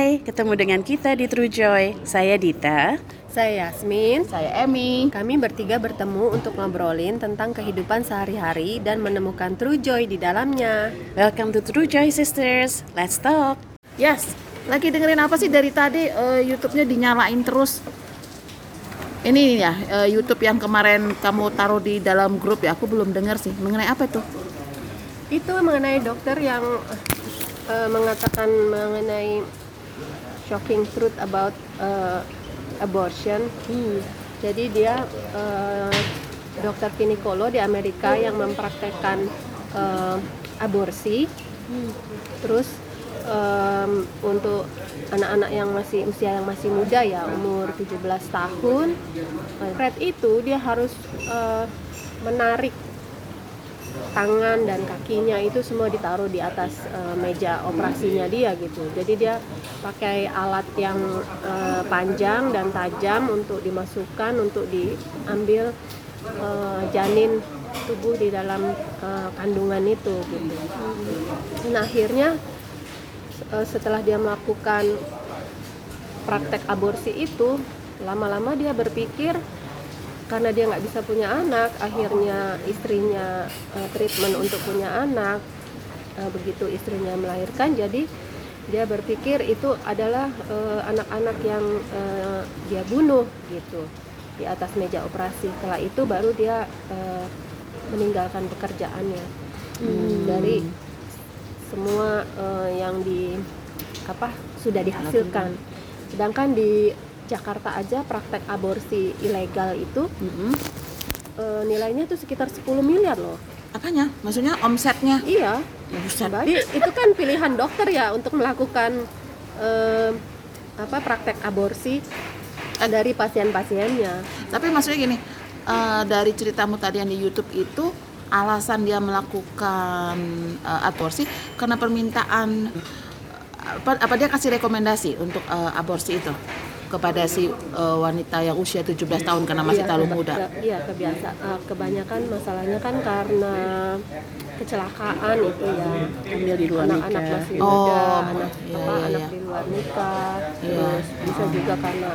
Hai, ketemu dengan kita di True Joy. Saya Dita. Saya Yasmin. Saya Emi. Kami bertiga bertemu untuk ngobrolin tentang kehidupan sehari-hari dan menemukan true joy di dalamnya. Welcome to True Joy Sisters. Let's talk. Yes, lagi dengerin apa sih dari tadi? YouTube-nya dinyalain terus. Ini ya, YouTube yang kemarin kamu taruh di dalam grup ya. Aku belum dengar sih. Mengenai apa itu? Itu mengenai dokter yang mengatakan mengenai shocking truth about abortion. Jadi dia dokter ginekolog di Amerika yang mempraktekkan aborsi. Terus untuk anak-anak yang masih usia yang masih muda ya, umur 17 tahun, Fred itu dia harus menarik tangan dan kakinya itu semua ditaruh di atas meja operasinya dia gitu. Jadi dia pakai alat yang panjang dan tajam untuk dimasukkan, untuk diambil janin tubuh di dalam kandungan itu gitu. Nah akhirnya setelah dia melakukan praktek aborsi itu, lama-lama dia berpikir karena dia nggak bisa punya anak, akhirnya istrinya treatment untuk punya anak. Begitu istrinya melahirkan, jadi dia berpikir itu adalah anak-anak yang dia bunuh gitu di atas meja operasi. Setelah itu baru dia meninggalkan pekerjaannya. Dari semua yang sudah dihasilkan. Sedangkan di Jakarta aja praktek aborsi ilegal itu nilainya tuh sekitar 10 miliar loh. Apanya? Maksudnya omsetnya? Iya. Buset. Jadi itu kan pilihan dokter ya untuk melakukan praktek aborsi dari pasien-pasiennya. Tapi maksudnya gini, dari ceritamu tadi yang di YouTube itu, alasan dia melakukan aborsi karena permintaan apa dia kasih rekomendasi untuk aborsi itu kepada si wanita yang usia 17 tahun karena masih terlalu muda. Iya, kebanyakan masalahnya kan karena kecelakaan itu ya. Ambil di luar anak-anak nikah. masih muda, anak iya. di luar nikah. Iya. Terus bisa juga karena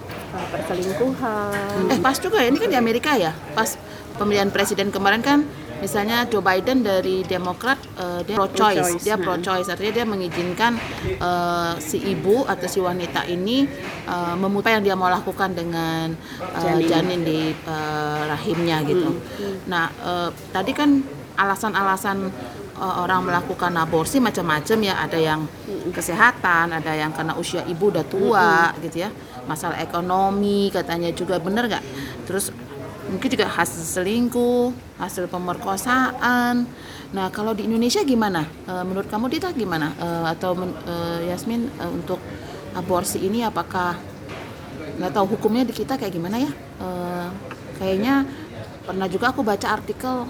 perselingkuhan. Pas juga ya, ini kan di Amerika ya. Pas pemilihan presiden kemarin kan, misalnya Joe Biden dari Demokrat, dia pro-choice. Dia pro-choice, artinya dia mengizinkan si ibu atau si wanita ini memutuskan yang dia mau lakukan dengan janin di rahimnya gitu. Nah, tadi kan alasan-alasan orang melakukan aborsi macam-macam ya, ada yang kesehatan, ada yang karena usia ibu udah tua gitu ya, masalah ekonomi katanya juga, bener nggak? Terus mungkin juga hasil selingkuh, hasil pemerkosaan. Nah kalau di Indonesia gimana? Menurut kamu Dita gimana? Yasmin, untuk aborsi ini apakah, nggak tahu hukumnya di kita kayak gimana ya? Kayaknya pernah juga aku baca artikel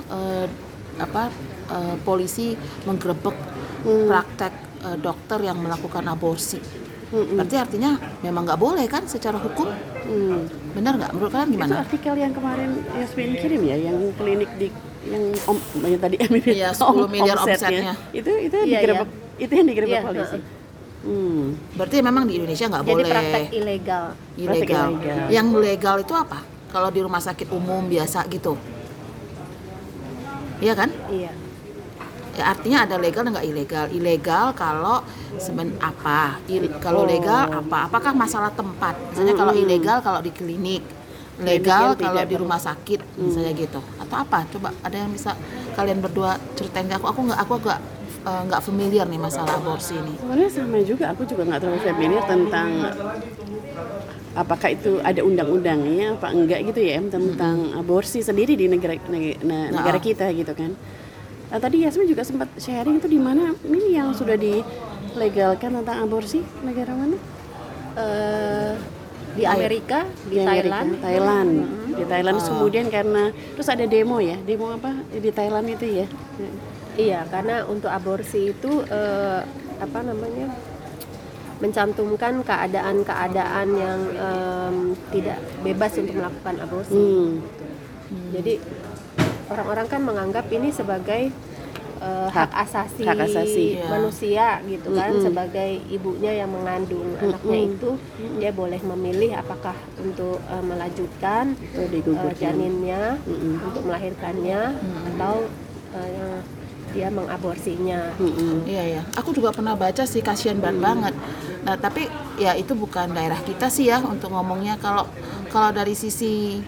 polisi menggerebek praktek dokter yang melakukan aborsi. Berarti artinya memang nggak boleh kan secara hukum? Benar nggak? Menurut kalian gimana? Itu artikel yang kemarin Yasmin kirim ya, yang klinik di yang tadi Iya, 10 miliar omsetnya. Itu digerebek, itu yang digerebek Iya, polisi. Berarti memang di Indonesia nggak Jadi boleh. praktek ilegal. Ilegal. ilegal. Yang legal itu apa? Kalau di rumah sakit umum biasa gitu, iya kan? Iya. Ya, artinya ada legal dan nggak ilegal. Ilegal kalau kalau legal apa? Apakah masalah tempat? Misalnya kalau ilegal kalau di klinik, legal Klinik yang kalau tidak di rumah sakit, misalnya gitu. Atau apa? Coba ada yang bisa kalian berdua ceritain ke aku. Aku nggak familiar nih masalah aborsi ini. Sebenarnya sama juga, aku juga nggak terlalu familiar tentang apakah itu ada undang-undangnya apa enggak gitu ya, tentang aborsi sendiri di negara kita gitu kan. Nah, tadi Yasmin juga sempat sharing itu di mana ini yang sudah dilegalkan tentang aborsi, negara mana? Di Amerika, di Thailand. Di Thailand. Kemudian karena terus ada demo apa di Thailand itu ya. Iya, karena untuk aborsi itu mencantumkan keadaan-keadaan yang tidak bebas untuk melakukan aborsi. Jadi orang-orang kan menganggap ini sebagai hak asasi Iya. manusia gitu kan, sebagai ibunya yang mengandung anaknya itu dia boleh memilih apakah untuk melanjutkan janinnya untuk melahirkannya atau dia mengaborsinya. Iya ya, aku juga pernah baca sih, kasihan banget. Nah tapi ya itu bukan daerah kita sih ya untuk ngomongnya. Kalau dari sisi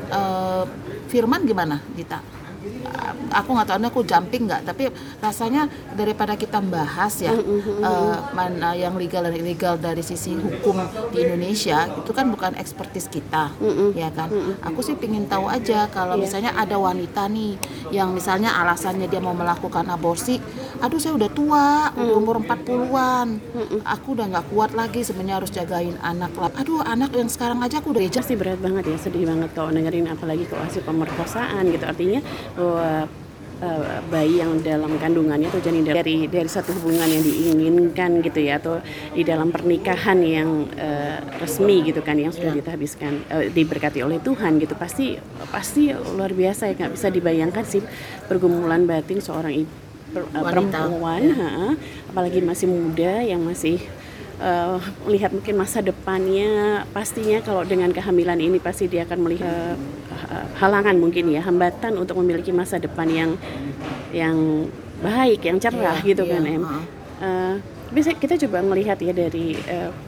firman gimana, Dita? Aku nggak tahu, aku jumping nggak, tapi rasanya daripada kita bahas ya mana yang legal dan ilegal dari sisi hukum di Indonesia, itu kan bukan ekspertis kita, ya kan. Aku sih pingin tahu aja kalau misalnya ada wanita nih yang misalnya alasannya dia mau melakukan aborsi, aduh saya udah tua, udah umur 40-an, aku udah nggak kuat lagi sebenarnya harus jagain anak lah. Aduh, anak yang sekarang aja aku udah Pasti berat banget ya, sedih banget kalau dengerin, apalagi kalau hasil pemerkosaan gitu. Artinya bahwa bayi yang dalam kandungannya atau janin dari satu hubungan yang diinginkan gitu ya, atau di dalam pernikahan yang resmi gitu kan, yang sudah dihabiskan diberkati oleh Tuhan gitu, pasti luar biasa ya, nggak bisa dibayangkan sih pergumulan batin seorang perempuan, apalagi masih muda yang masih melihat mungkin masa depannya. Pastinya kalau dengan kehamilan ini pasti dia akan melihat halangan, mungkin ya, hambatan untuk memiliki masa depan yang baik, yang cerah gitu kan, Em. Bisa kita coba melihat ya dari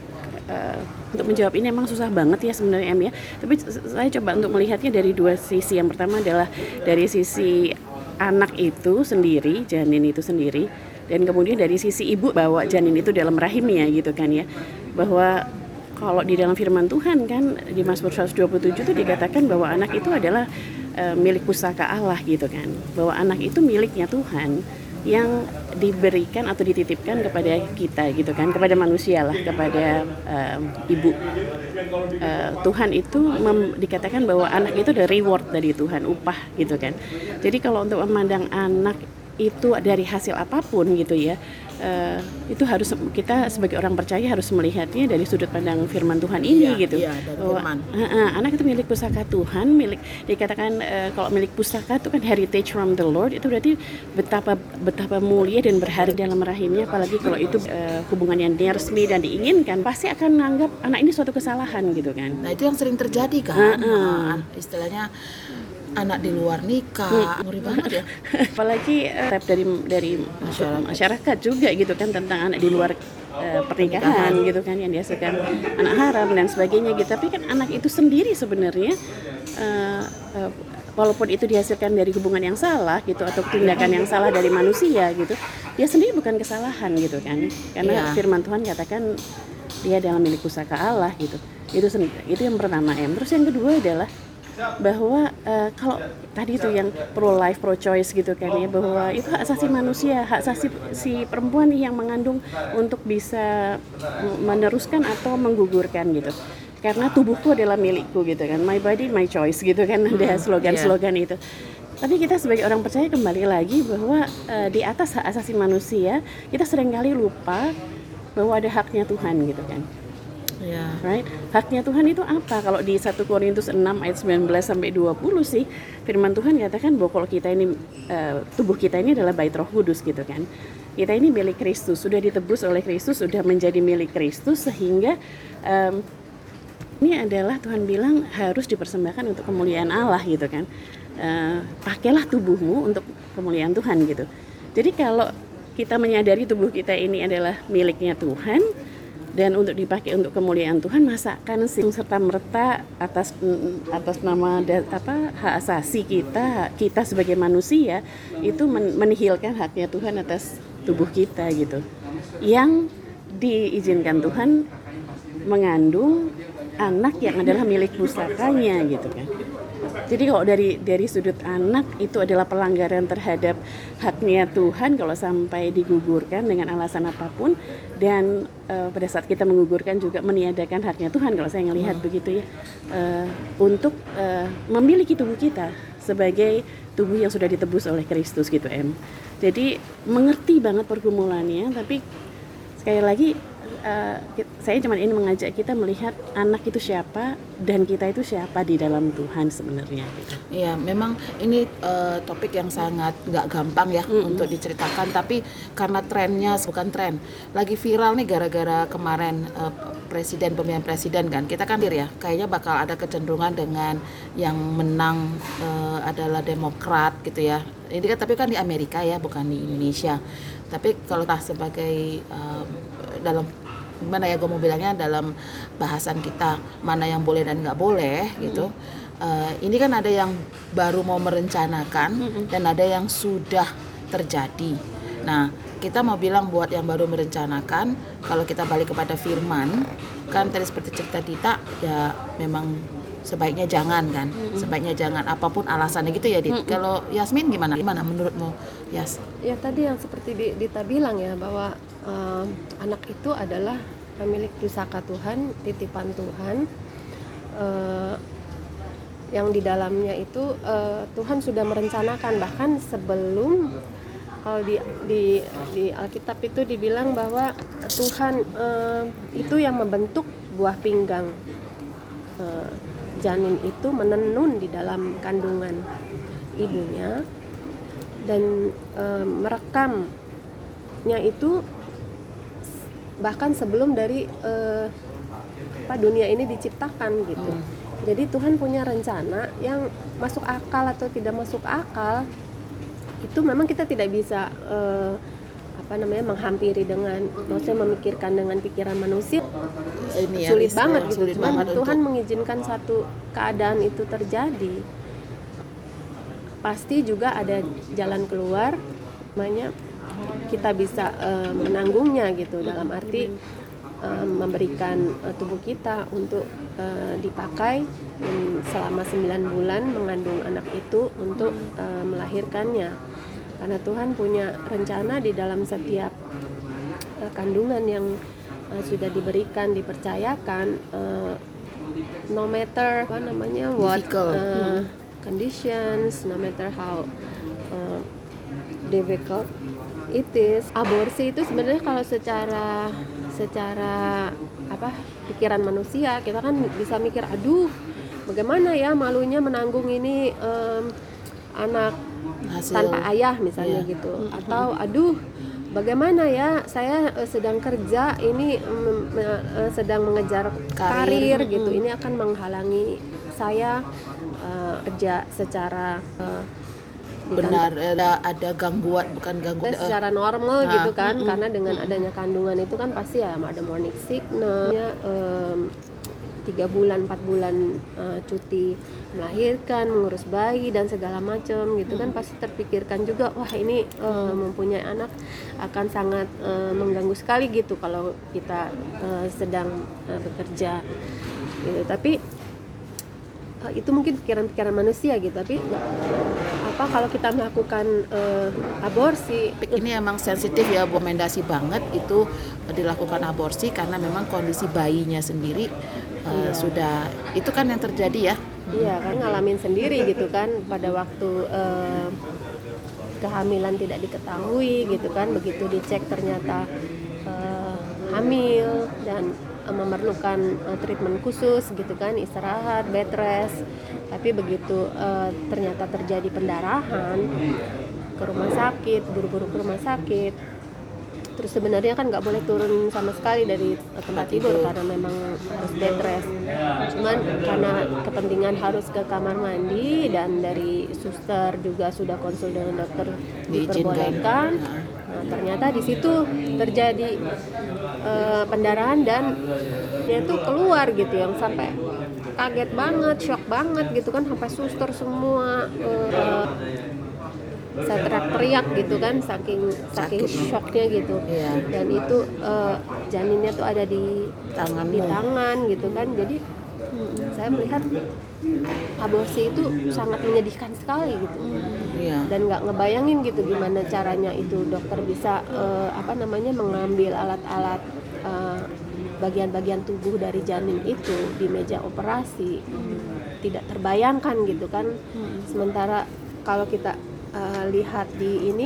untuk menjawab ini emang susah banget ya sebenarnya, Em ya. Tapi saya coba untuk melihatnya dari dua sisi. Yang pertama adalah dari sisi anak itu sendiri, janin itu sendiri, dan kemudian dari sisi ibu bawa janin itu dalam rahimnya gitu kan ya. Bahwa kalau di dalam firman Tuhan kan di Mazmur 127 itu dikatakan bahwa anak itu adalah milik pusaka Allah gitu kan. Bahwa anak itu miliknya Tuhan yang diberikan atau dititipkan kepada kita gitu kan, kepada manusia lah, kepada ibu. Tuhan itu dikatakan bahwa anak itu ada reward dari Tuhan, upah gitu kan. Jadi kalau untuk memandang anak itu dari hasil apapun gitu ya, itu harus kita sebagai orang percaya harus melihatnya dari sudut pandang firman Tuhan ini gitu. Bahwa anak itu milik pusaka Tuhan, dikatakan kalau milik pusaka itu kan heritage from the Lord, itu berarti betapa mulia dan berharga dalam rahimnya, apalagi kalau itu hubungan yang resmi dan diinginkan, pasti akan menganggap anak ini suatu kesalahan gitu kan. Nah itu yang sering terjadi kan, istilahnya anak di luar nikah, ngeri banget ya. Apalagi dari masyarakat juga gitu kan, tentang anak di luar pernikahan gitu kan, yang dihasilkan anak haram dan sebagainya gitu. Tapi kan anak itu sendiri sebenarnya walaupun itu dihasilkan dari hubungan yang salah gitu, atau tindakan yang salah dari manusia gitu, dia sendiri bukan kesalahan gitu kan. Karena firman Tuhan katakan dia adalah milik pusaka Allah gitu. Itu yang pertama, Em. Terus yang kedua adalah bahwa kalau tadi itu yang pro life pro choice gitu kan ya, bahwa itu hak asasi manusia, hak asasi si perempuan yang mengandung untuk bisa meneruskan atau menggugurkan gitu, karena tubuhku adalah milikku gitu kan, my body my choice gitu kan, ada slogan itu. Tapi kita sebagai orang percaya kembali lagi bahwa di atas hak asasi manusia kita seringkali lupa bahwa ada haknya Tuhan gitu kan. Right? Haknya Tuhan itu apa? Kalau di 1 Korintus 6 ayat 19 sampai 20 sih, firman Tuhan katakan bahwa kalau kita ini tubuh kita ini adalah bait Roh Kudus gitu kan. Kita ini milik Kristus, sudah ditebus oleh Kristus, sudah menjadi milik Kristus, sehingga ini adalah Tuhan bilang harus dipersembahkan untuk kemuliaan Allah gitu kan. Pakailah tubuhmu untuk kemuliaan Tuhan gitu. Jadi kalau kita menyadari tubuh kita ini adalah miliknya Tuhan dan untuk dipakai untuk kemuliaan Tuhan, masakan serta merta atas nama hak asasi kita sebagai manusia itu menihilkan haknya Tuhan atas tubuh kita gitu, yang diizinkan Tuhan mengandung anak yang adalah milik pusakanya gitu kan. Jadi kalau dari sudut anak itu adalah pelanggaran terhadap haknya Tuhan kalau sampai digugurkan dengan alasan apapun, dan pada saat kita menggugurkan juga meniadakan haknya Tuhan kalau saya ngelihat begitu ya, untuk memiliki tubuh kita sebagai tubuh yang sudah ditebus oleh Kristus gitu, Em. Jadi mengerti banget pergumulannya, tapi sekali lagi saya cuma ini mengajak kita melihat anak itu siapa dan kita itu siapa di dalam Tuhan sebenarnya gitu. Iya, memang ini topik yang sangat nggak gampang ya untuk diceritakan, tapi karena trennya bukan tren, lagi viral nih gara-gara kemarin pemilihan presiden kan, kita kan ya kayaknya bakal ada kecenderungan dengan yang menang adalah Demokrat gitu ya. Ini kan tapi kan di Amerika ya, bukan di Indonesia. Tapi kalau sebagai dalam gimana ya gue mau bilangnya, dalam bahasan kita mana yang boleh dan nggak boleh gitu. Ini kan ada yang baru mau merencanakan dan ada yang sudah terjadi. Nah, kita mau bilang buat yang baru merencanakan, kalau kita balik kepada firman, kan tadi seperti cerita Dita, ya memang sebaiknya jangan kan, sebaiknya jangan apapun alasannya gitu ya Dit. Kalau Yasmin gimana menurutmu Yas? Ya tadi yang seperti Dita bilang ya, bahwa anak itu adalah pemilik pusaka Tuhan, titipan Tuhan, yang di dalamnya itu Tuhan sudah merencanakan, bahkan sebelum, kalau di Alkitab itu dibilang bahwa Tuhan itu yang membentuk buah pinggang janin itu menenun di dalam kandungan ibunya, dan merekamnya itu bahkan sebelum dari dunia ini diciptakan gitu. Jadi Tuhan punya rencana yang masuk akal atau tidak masuk akal, itu memang kita tidak bisa menghampiri dengan, maksudnya memikirkan dengan pikiran manusia. Ini ya, sulit banget gitu. sulit Cuman banget Tuhan untuk mengizinkan satu keadaan itu terjadi, pasti juga ada jalan keluar, makanya kita bisa menanggungnya gitu, dalam arti memberikan tubuh kita untuk dipakai selama 9 bulan mengandung anak itu untuk melahirkannya. Karena Tuhan punya rencana di dalam setiap kandungan yang sudah diberikan, dipercayakan, no matter what conditions, no matter how difficult it is. Aborsi itu sebenarnya kalau secara pikiran manusia, kita kan bisa mikir, aduh bagaimana ya malunya menanggung ini anak tanpa ayah misalnya gitu, atau aduh bagaimana ya saya sedang kerja ini sedang mengejar karir gitu, ini akan menghalangi saya kerja secara benar, ada gangguan, bukan gangguan secara normal gitu kan. Karena dengan adanya kandungan itu kan pasti ya ada morning sickness, 3 bulan 4 bulan cuti melahirkan, mengurus bayi dan segala macam gitu kan, pasti terpikirkan juga, wah ini mempunyai anak akan sangat mengganggu sekali gitu kalau kita sedang bekerja gitu. Tapi itu mungkin pikiran-pikiran manusia gitu, tapi kalau kita melakukan aborsi, ini emang sensitif ya, rekomendasi banget itu dilakukan aborsi karena memang kondisi bayinya sendiri sudah, itu kan yang terjadi ya. Iya kan, ngalamin sendiri gitu kan, pada waktu kehamilan tidak diketahui gitu kan, begitu dicek ternyata hamil dan memerlukan treatment khusus gitu kan, istirahat, bed rest. Tapi begitu ternyata terjadi pendarahan, ke rumah sakit, buru-buru ke rumah sakit. Terus sebenarnya kan nggak boleh turun sama sekali dari tempat tidur karena memang harus bed rest. Cuman karena kepentingan harus ke kamar mandi dan dari suster juga sudah konsul dengan dokter diperbolehkan. Nah, ternyata di situ terjadi pendarahan dan dia tuh keluar gitu, yang sampai kaget banget, shock banget gitu kan, sampai suster semua saya teriak-teriak gitu kan, saking shocknya gitu. Dan itu janinnya tuh ada di tangan gitu kan. Jadi saya melihat aborsi itu sangat menyedihkan sekali gitu. Dan nggak ngebayangin gitu gimana caranya itu dokter bisa mengambil alat-alat bagian-bagian tubuh dari janin itu di meja operasi. Tidak terbayangkan gitu kan. Sementara kalau kita lihat di ini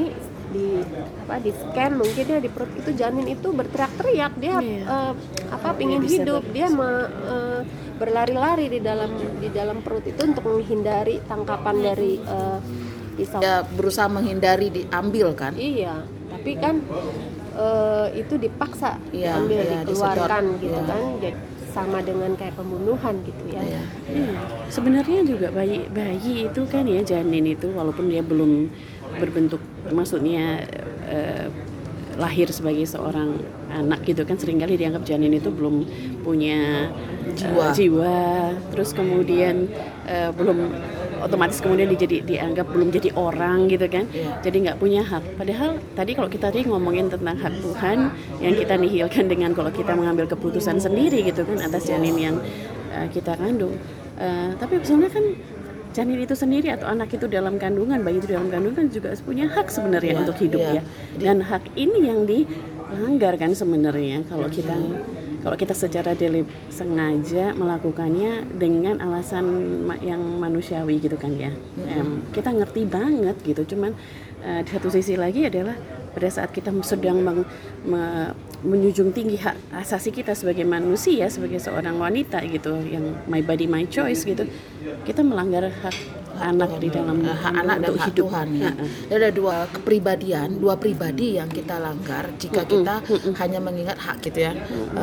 di scan mungkin dia di perut itu janin itu berteriak-teriak dia pingin bisa hidup, dia berlari-lari di dalam perut itu untuk menghindari tangkapan dari pisau. Dia berusaha menghindari diambil kan? Iya, tapi kan itu dipaksa Iya, diambil, iya, dikeluarkan disedot. gitu Iya. kan. Jadi sama dengan kayak pembunuhan gitu ya. Iya. Sebenarnya juga bayi itu kan ya, janin itu walaupun dia belum berbentuk, maksudnya lahir sebagai seorang anak gitu kan, seringkali dianggap janin itu belum punya jiwa, terus kemudian belum otomatis kemudian dianggap belum jadi orang gitu kan. Jadi nggak punya hak. Padahal tadi kalau kita ngomongin tentang hak Tuhan yang kita nihilkan dengan kalau kita mengambil keputusan sendiri gitu kan atas janin yang kita kandung. Tapi sebenarnya kan janin itu sendiri atau anak itu dalam kandungan, bayi itu dalam kandungan juga punya hak sebenarnya untuk hidup ya. Dan hak ini yang dilanggar kan sebenarnya kalau kita secara sengaja melakukannya dengan alasan yang manusiawi gitu kan ya. Kita ngerti banget gitu, cuman di satu sisi lagi adalah pada saat kita sedang menjunjung tinggi hak asasi kita sebagai manusia, sebagai seorang wanita gitu, yang my body my choice gitu, kita melanggar hak anak di dalam hak anak dan untuk hak hidup. Tuhan ya. Ada dua pribadi yang kita langgar jika kita hanya mengingat hak gitu ya.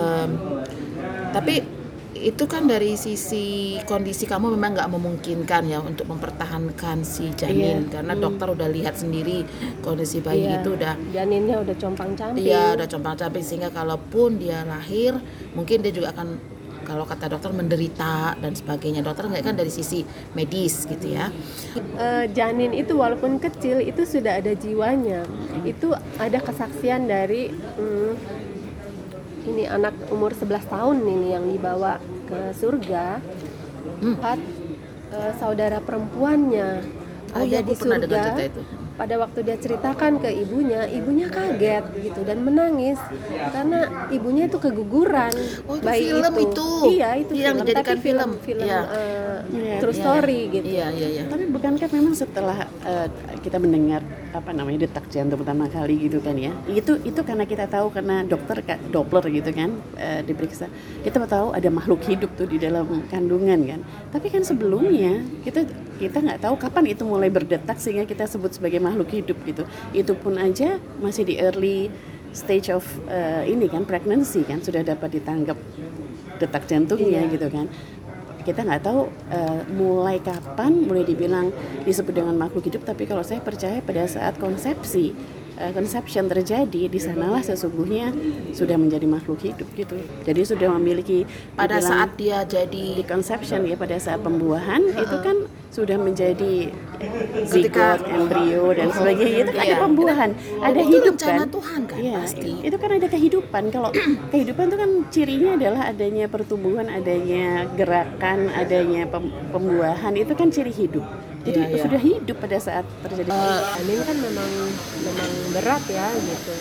Tapi itu kan dari sisi kondisi kamu memang nggak memungkinkan ya untuk mempertahankan si janin karena dokter udah lihat sendiri kondisi bayi itu udah janinnya udah compang-camping. Iya, udah compang-camping sehingga kalaupun dia lahir mungkin dia juga akan, kalau kata dokter, menderita dan sebagainya. Dokter nggak kan dari sisi medis gitu ya. Janin itu walaupun kecil itu sudah ada jiwanya. Itu ada kesaksian dari ini anak umur 11 tahun ini yang dibawa ke surga. Lihat saudara perempuannya ada aku di pernah dengar surga. cerita itu. Pada waktu dia ceritakan ke ibunya kaget gitu dan menangis karena ibunya itu keguguran. Oh, itu bayi film itu. Iya, itu yang film, dijadikan tapi film. Iya. True story gitu. Iya. Tapi bukankah memang setelah kita mendengar detak jantung pertama kali gitu kan ya, itu karena kita tahu, karena dokter Doppler gitu kan diperiksa, kita tahu ada makhluk hidup tuh di dalam kandungan kan. Tapi kan sebelumnya kita nggak tahu kapan itu mulai berdetak sehingga kita sebut sebagai makhluk hidup gitu. Itu pun aja masih di early stage of ini kan, pregnancy kan, sudah dapat ditangkap detak jantungnya gitu kan. Kita nggak tahu mulai kapan mulai dibilang disebut dengan makhluk hidup, tapi kalau saya percaya pada saat conception terjadi, di sanalah sesungguhnya sudah menjadi makhluk hidup gitu. Jadi sudah memiliki, pada saat dia jadi di conception ya, pada saat pembuahan itu kan sudah menjadi zigot, embrio dan sebagainya, itu kan ada pembuahan, ada itu hidup rencana kan. Tuhan kan Iya, pasti. itu kan ada kehidupan. Kalau kehidupan itu kan cirinya adalah adanya pertumbuhan, adanya gerakan, adanya pembuahan, itu kan ciri hidup. Jadi sudah hidup pada saat terjadi. Ini kan memang berat ya gitu.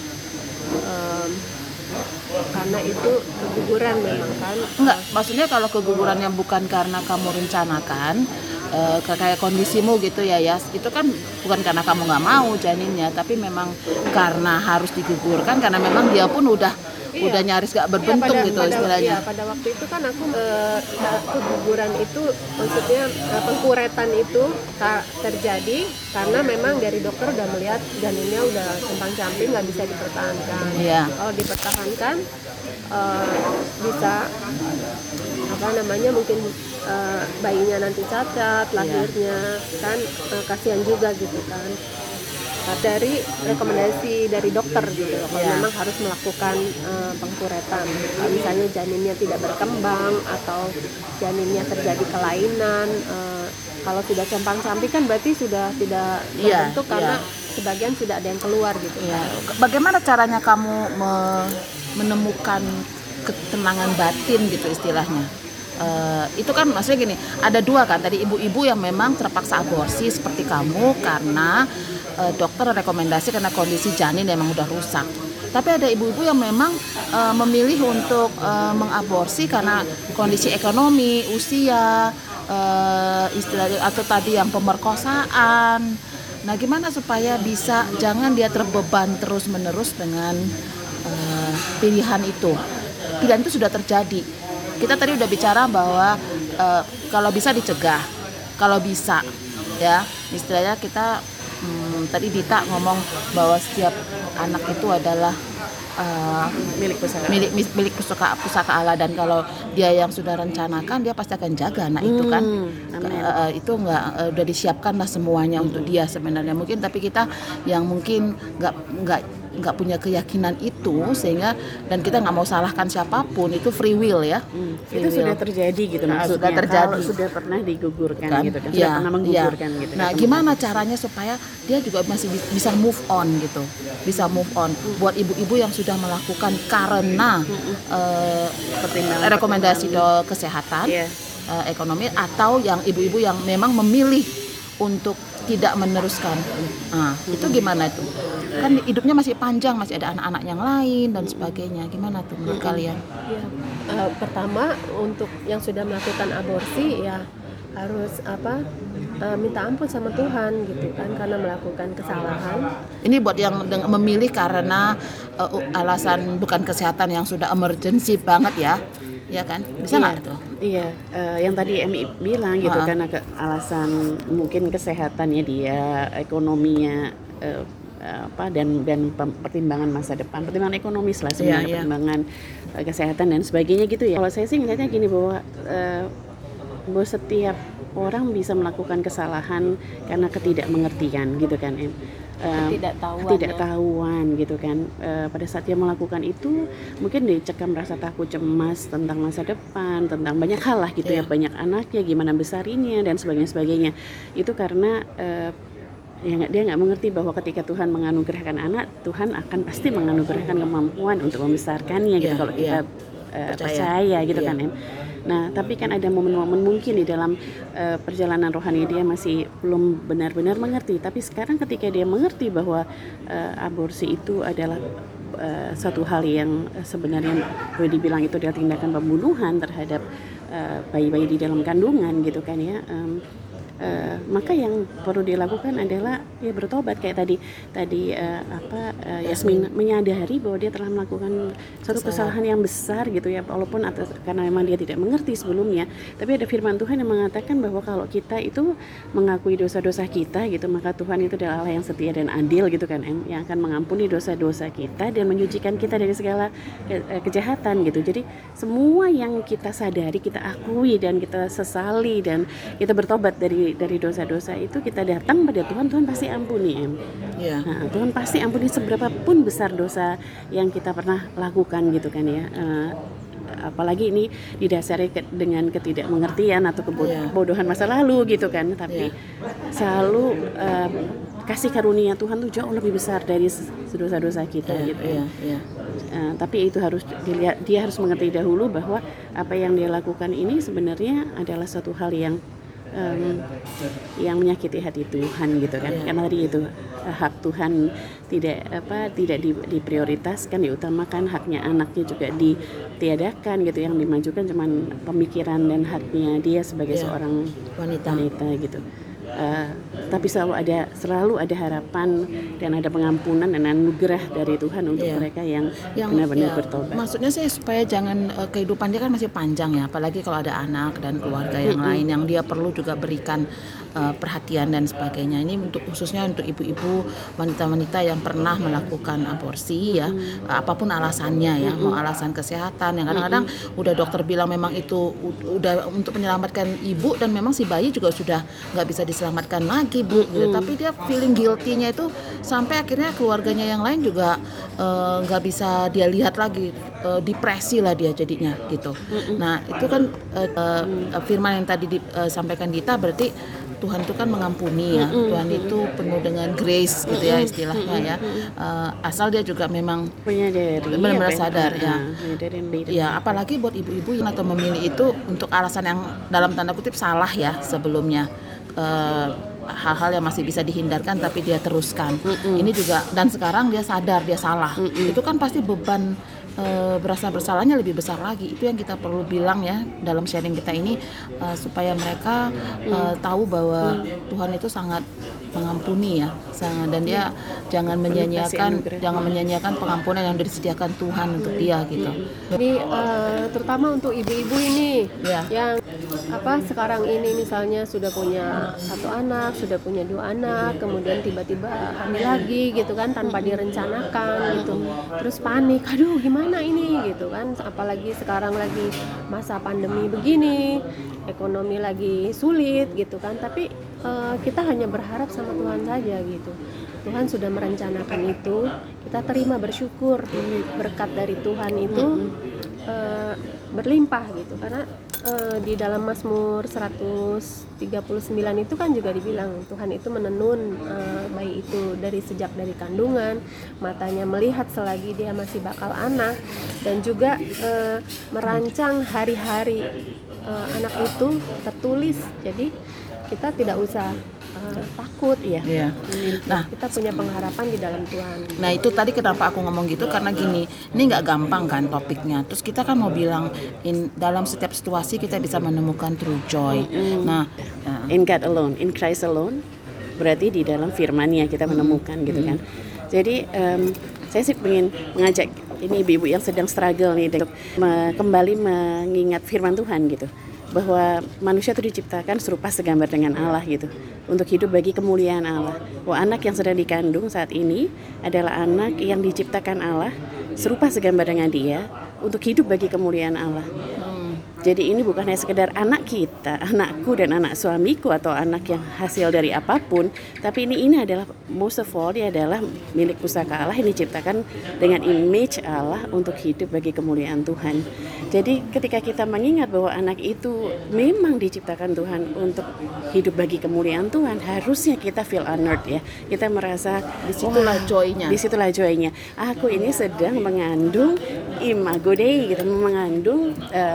Karena itu keguguran memang kan. Enggak, maksudnya kalau kegugurannya bukan karena kamu rencanakan, kayak kondisimu gitu ya, itu kan bukan karena kamu nggak mau janinnya, tapi memang karena harus digugurkan karena memang dia pun udah nyaris gak berbentuk gitu istilahnya. Pada waktu itu kan aku keguguran itu, maksudnya pengkuretan itu terjadi karena memang dari dokter udah melihat janinnya udah compang-camping, nggak bisa dipertahankan. Kalau dipertahankan bisa mungkin bayinya nanti cacat lahirnya kan, kasihan juga gitu kan. Dari rekomendasi dari dokter gitu loh, kalau memang harus melakukan pengkuretan. Kalau misalnya janinnya tidak berkembang atau janinnya terjadi kelainan, kalau sudah compang-camping kan berarti sudah tidak berbentuk karena sebagian sudah ada yang keluar gitu. Bagaimana caranya kamu menemukan ketenangan batin gitu istilahnya? Itu kan maksudnya gini, ada dua kan, tadi ibu-ibu yang memang terpaksa aborsi seperti kamu karena dokter rekomendasi karena kondisi janin memang udah rusak. Tapi ada ibu-ibu yang memang memilih untuk mengaborsi karena kondisi ekonomi, usia, istilahnya, atau tadi yang pemerkosaan, Nah, gimana supaya bisa jangan dia terbeban terus-menerus dengan pilihan itu. Pilihan itu sudah terjadi. Kita tadi udah bicara bahwa kalau bisa dicegah, kalau bisa, ya istilahnya kita tadi Dita ngomong bahwa setiap anak itu adalah milik pusaka Allah, dan kalau dia yang sudah rencanakan dia pasti akan jaga anak itu kan. Itu udah disiapkan lah semuanya untuk dia sebenarnya mungkin, tapi kita yang mungkin nggak punya keyakinan itu sehingga, dan kita nggak mau salahkan siapapun, itu free will ya. Itu sudah terjadi gitu maksudnya. Sudah terjadi. Kalau sudah pernah digugurkan Kan? gitu kan. Sudah pernah menggugurkan gitu. Nah, gimana caranya supaya dia juga masih bisa move on gitu. Bisa move on. Buat ibu-ibu yang sudah melakukan karena rekomendasi kesehatan, ekonomi, atau yang ibu-ibu yang memang memilih untuk tidak meneruskan. Itu gimana itu? Kan hidupnya masih panjang, masih ada anak-anak yang lain dan sebagainya. Gimana tuh menurut kalian? Ya, pertama untuk yang sudah melakukan aborsi ya harus minta ampun sama Tuhan gitu kan, karena melakukan kesalahan. Ini buat yang memilih karena alasan bukan kesehatan yang sudah emergency banget ya. Ya kan, bisa nggak tuh? Iya, yang tadi Emi bilang gitu karena alasan mungkin kesehatannya dia, ekonominya dan pertimbangan masa depan, pertimbangan ekonomis lah sebenarnya, pertimbangan kesehatan dan sebagainya gitu ya. Kalau saya sih ngeliatnya gini bahwa setiap orang bisa melakukan kesalahan karena ketidakmengertian gitu kan, ketidaktahuan gitu kan. Pada saat dia melakukan itu mungkin dicekam rasa takut, cemas tentang masa depan, tentang banyak hal lah gitu ya, banyak anaknya, gimana besarinya dan sebagainya. Itu karena dia nggak mengerti bahwa ketika Tuhan menganugerahkan anak, Tuhan akan pasti menganugerahkan kemampuan untuk membesarkannya gitu, kalau kita percaya gitu kan. Nah, tapi kan ada momen-momen mungkin di dalam perjalanan rohani dia masih belum benar-benar mengerti. Tapi sekarang ketika dia mengerti bahwa aborsi itu adalah satu hal yang sebenarnya boleh dibilang itu adalah tindakan pembunuhan terhadap bayi-bayi di dalam kandungan gitu kan ya. Maka yang perlu dilakukan adalah ya bertobat, kayak tadi Yasmin menyadari bahwa dia telah melakukan suatu kesalahan yang besar gitu ya, walaupun karena memang dia tidak mengerti sebelumnya. Tapi ada firman Tuhan yang mengatakan bahwa kalau kita itu mengakui dosa-dosa kita gitu, maka Tuhan itu adalah Allah yang setia dan adil gitu kan, yang akan mengampuni dosa-dosa kita dan menyucikan kita dari segala kejahatan gitu. Jadi semua yang kita sadari, kita akui dan kita sesali dan kita bertobat dari dosa-dosa itu, kita datang pada Tuhan, Tuhan pasti ampuni Nah, Tuhan pasti ampuni seberapa pun besar dosa yang kita pernah lakukan gitu kan ya. Apalagi ini didasari dengan ketidakmengertian atau kebodohan masa lalu gitu kan, tapi selalu kasih karunia Tuhan tuh jauh lebih besar dari dosa-dosa kita gitu. Tapi itu harus dilihat, dia harus mengerti dahulu bahwa apa yang dia lakukan ini sebenarnya adalah suatu hal yang menyakiti hati Tuhan gitu kan. Karena tadi itu hak Tuhan tidak diprioritaskan, diutamakan, haknya anaknya juga ditiadakan gitu. Yang dimajukan cuman pemikiran dan haknya dia sebagai seorang wanita gitu. Tapi selalu ada harapan dan ada pengampunan dan anugerah dari Tuhan untuk mereka yang benar-benar bertobat. Maksudnya sih supaya jangan kehidupan dia kan masih panjang ya, apalagi kalau ada anak dan keluarga yang lain yang dia perlu juga berikan perhatian dan sebagainya. Ini khususnya untuk ibu-ibu, wanita-wanita yang pernah melakukan aborsi ya, apapun alasannya ya, mau alasan kesehatan yang kadang-kadang udah dokter bilang memang itu udah untuk menyelamatkan ibu dan memang si bayi juga sudah nggak bisa diselamatkan lagi bu, gitu. Tapi dia feeling guilty-nya itu sampai akhirnya keluarganya yang lain juga nggak bisa dia lihat lagi, depresi lah dia jadinya gitu. Nah itu kan firman yang tadi disampaikan Dita, berarti Tuhan itu kan mengampuni ya, Tuhan itu penuh dengan grace gitu ya istilahnya ya, asal dia juga memang benar-benar sadar ya, apalagi buat ibu-ibu yang atau memilih itu untuk alasan yang dalam tanda kutip salah ya sebelumnya. hal-hal yang masih bisa dihindarkan tapi dia teruskan. Ini juga, dan sekarang dia sadar dia salah. Itu kan pasti beban berasa bersalahnya lebih besar lagi. Itu yang kita perlu bilang ya dalam sharing kita ini, supaya mereka tahu bahwa Tuhan itu sangat mengampuni ya, dan dia jangan menyanyiakan pengampunan yang disediakan Tuhan untuk dia gitu. Jadi terutama untuk ibu-ibu ini Ya. yang sekarang ini misalnya sudah punya 1 anak, sudah punya 2 anak, kemudian tiba-tiba hamil lagi gitu kan tanpa direncanakan gitu. Terus panik, aduh gimana ini gitu kan, apalagi sekarang lagi masa pandemi begini, ekonomi lagi sulit gitu kan. Tapi kita hanya berharap sama Tuhan saja gitu. Tuhan sudah merencanakan itu, kita terima, bersyukur berkat dari Tuhan itu berlimpah gitu. Karena di dalam Mazmur 139 itu kan juga dibilang Tuhan itu menenun bayi itu dari kandungan, matanya melihat selagi dia masih bakal anak, dan juga merancang hari-hari anak itu tertulis. Jadi kita tidak usah takut ya. Nah, kita punya pengharapan di dalam Tuhan. Nah itu tadi kenapa aku ngomong gitu, karena gini, ini nggak gampang kan topiknya. Terus kita kan mau bilang dalam setiap situasi kita bisa menemukan true joy. Nah, In God alone, in Christ alone, berarti di dalam firman-Nya kita menemukan gitu kan. Jadi saya sih ingin mengajak ini ibu-ibu yang sedang struggle nih untuk kembali mengingat firman Tuhan gitu, bahwa manusia itu diciptakan serupa segambar dengan Allah gitu, untuk hidup bagi kemuliaan Allah. Bahwa anak yang sedang dikandung saat ini adalah anak yang diciptakan Allah serupa segambar dengan Dia untuk hidup bagi kemuliaan Allah. Jadi ini bukan hanya sekedar anak kita, anakku dan anak suamiku atau anak yang hasil dari apapun, tapi ini adalah most of all, dia adalah milik pusaka Allah yang diciptakan dengan image Allah untuk hidup bagi kemuliaan Tuhan. Jadi ketika kita mengingat bahwa anak itu memang diciptakan Tuhan untuk hidup bagi kemuliaan Tuhan, harusnya kita feel honored ya. Kita merasa disitulah joy-nya. Disitulah joy-nya. Aku ini sedang mengandung imago Dei gitu, mengandung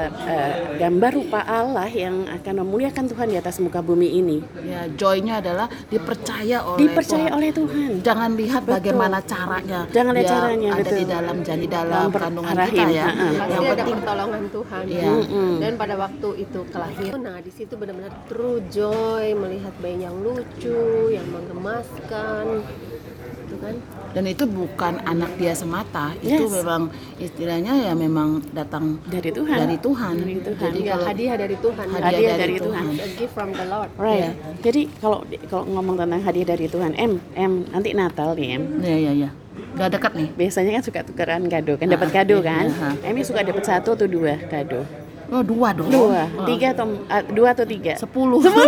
gambar rupa Allah yang akan memuliakan Tuhan di atas muka bumi ini. Ya, joy-nya adalah dipercaya oleh Tuhan. Jangan lihat bagaimana caranya. Jangan lihat caranya, ada betul. di dalam kandungan kita ya. Pasti Yang ada penting pertolongan Tuhan. Iya. Dan pada waktu itu kelahiran, nah di situ benar-benar true joy, melihat bayi yang lucu, yang menggemaskan, gitu kan. Dan itu bukan anak dia semata, itu memang istilahnya ya memang datang dari Tuhan. Jadi kalau hadiah dari Tuhan. Hadiah dari Tuhan. A gift from the Lord. Right. Jadi kalau ngomong tentang hadiah dari Tuhan, nanti Natal nih Iya. Udah dekat nih. Biasanya kan suka tukeran kado, kan dapat kado kan? Ini suka dapat 1 atau 2 kado. Oh, 2 dong. 2, 3 atau 2 atau 3? 10.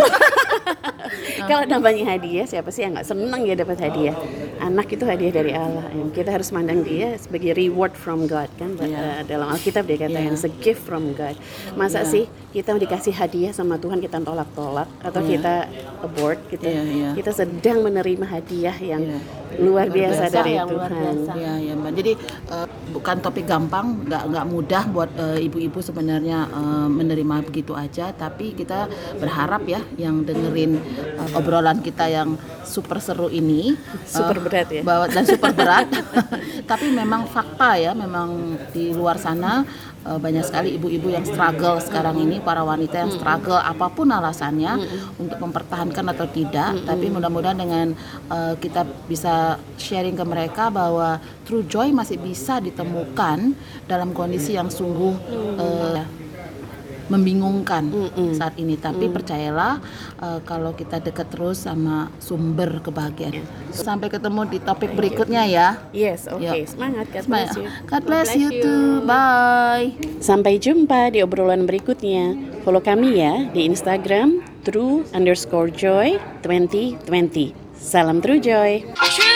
Kalau namanya hadiah, siapa sih yang nggak senang ya dapat hadiah? Anak itu hadiah dari Allah. Kita harus mandang dia sebagai reward from God kan. Dalam Alkitab dia katakan it's a gift from God. Masa sih kita dikasih hadiah sama Tuhan kita tolak-tolak atau kita abort? Kita sedang menerima hadiah yang luar biasa dari Tuhan. Iya, Mbak. Jadi bukan topik gampang, nggak mudah buat ibu-ibu sebenarnya menerima begitu aja. Tapi kita berharap ya yang dengerin obrolan kita yang super seru ini, super berat ya, dan super berat. Tapi memang fakta ya, memang di luar sana banyak sekali ibu-ibu yang struggle sekarang ini, para wanita yang struggle apapun alasannya untuk mempertahankan atau tidak. Tapi mudah-mudahan dengan kita bisa sharing ke mereka bahwa true joy masih bisa ditemukan dalam kondisi yang sungguh membingungkan saat ini. Tapi percayalah kalau kita dekat terus sama sumber kebahagiaan. Sampai ketemu di topik berikutnya ya. Yes, oke. Semangat, God bless you. God bless you too. Bye. Sampai jumpa di obrolan berikutnya. Follow kami ya di Instagram true_joy 2020. Salam True Joy.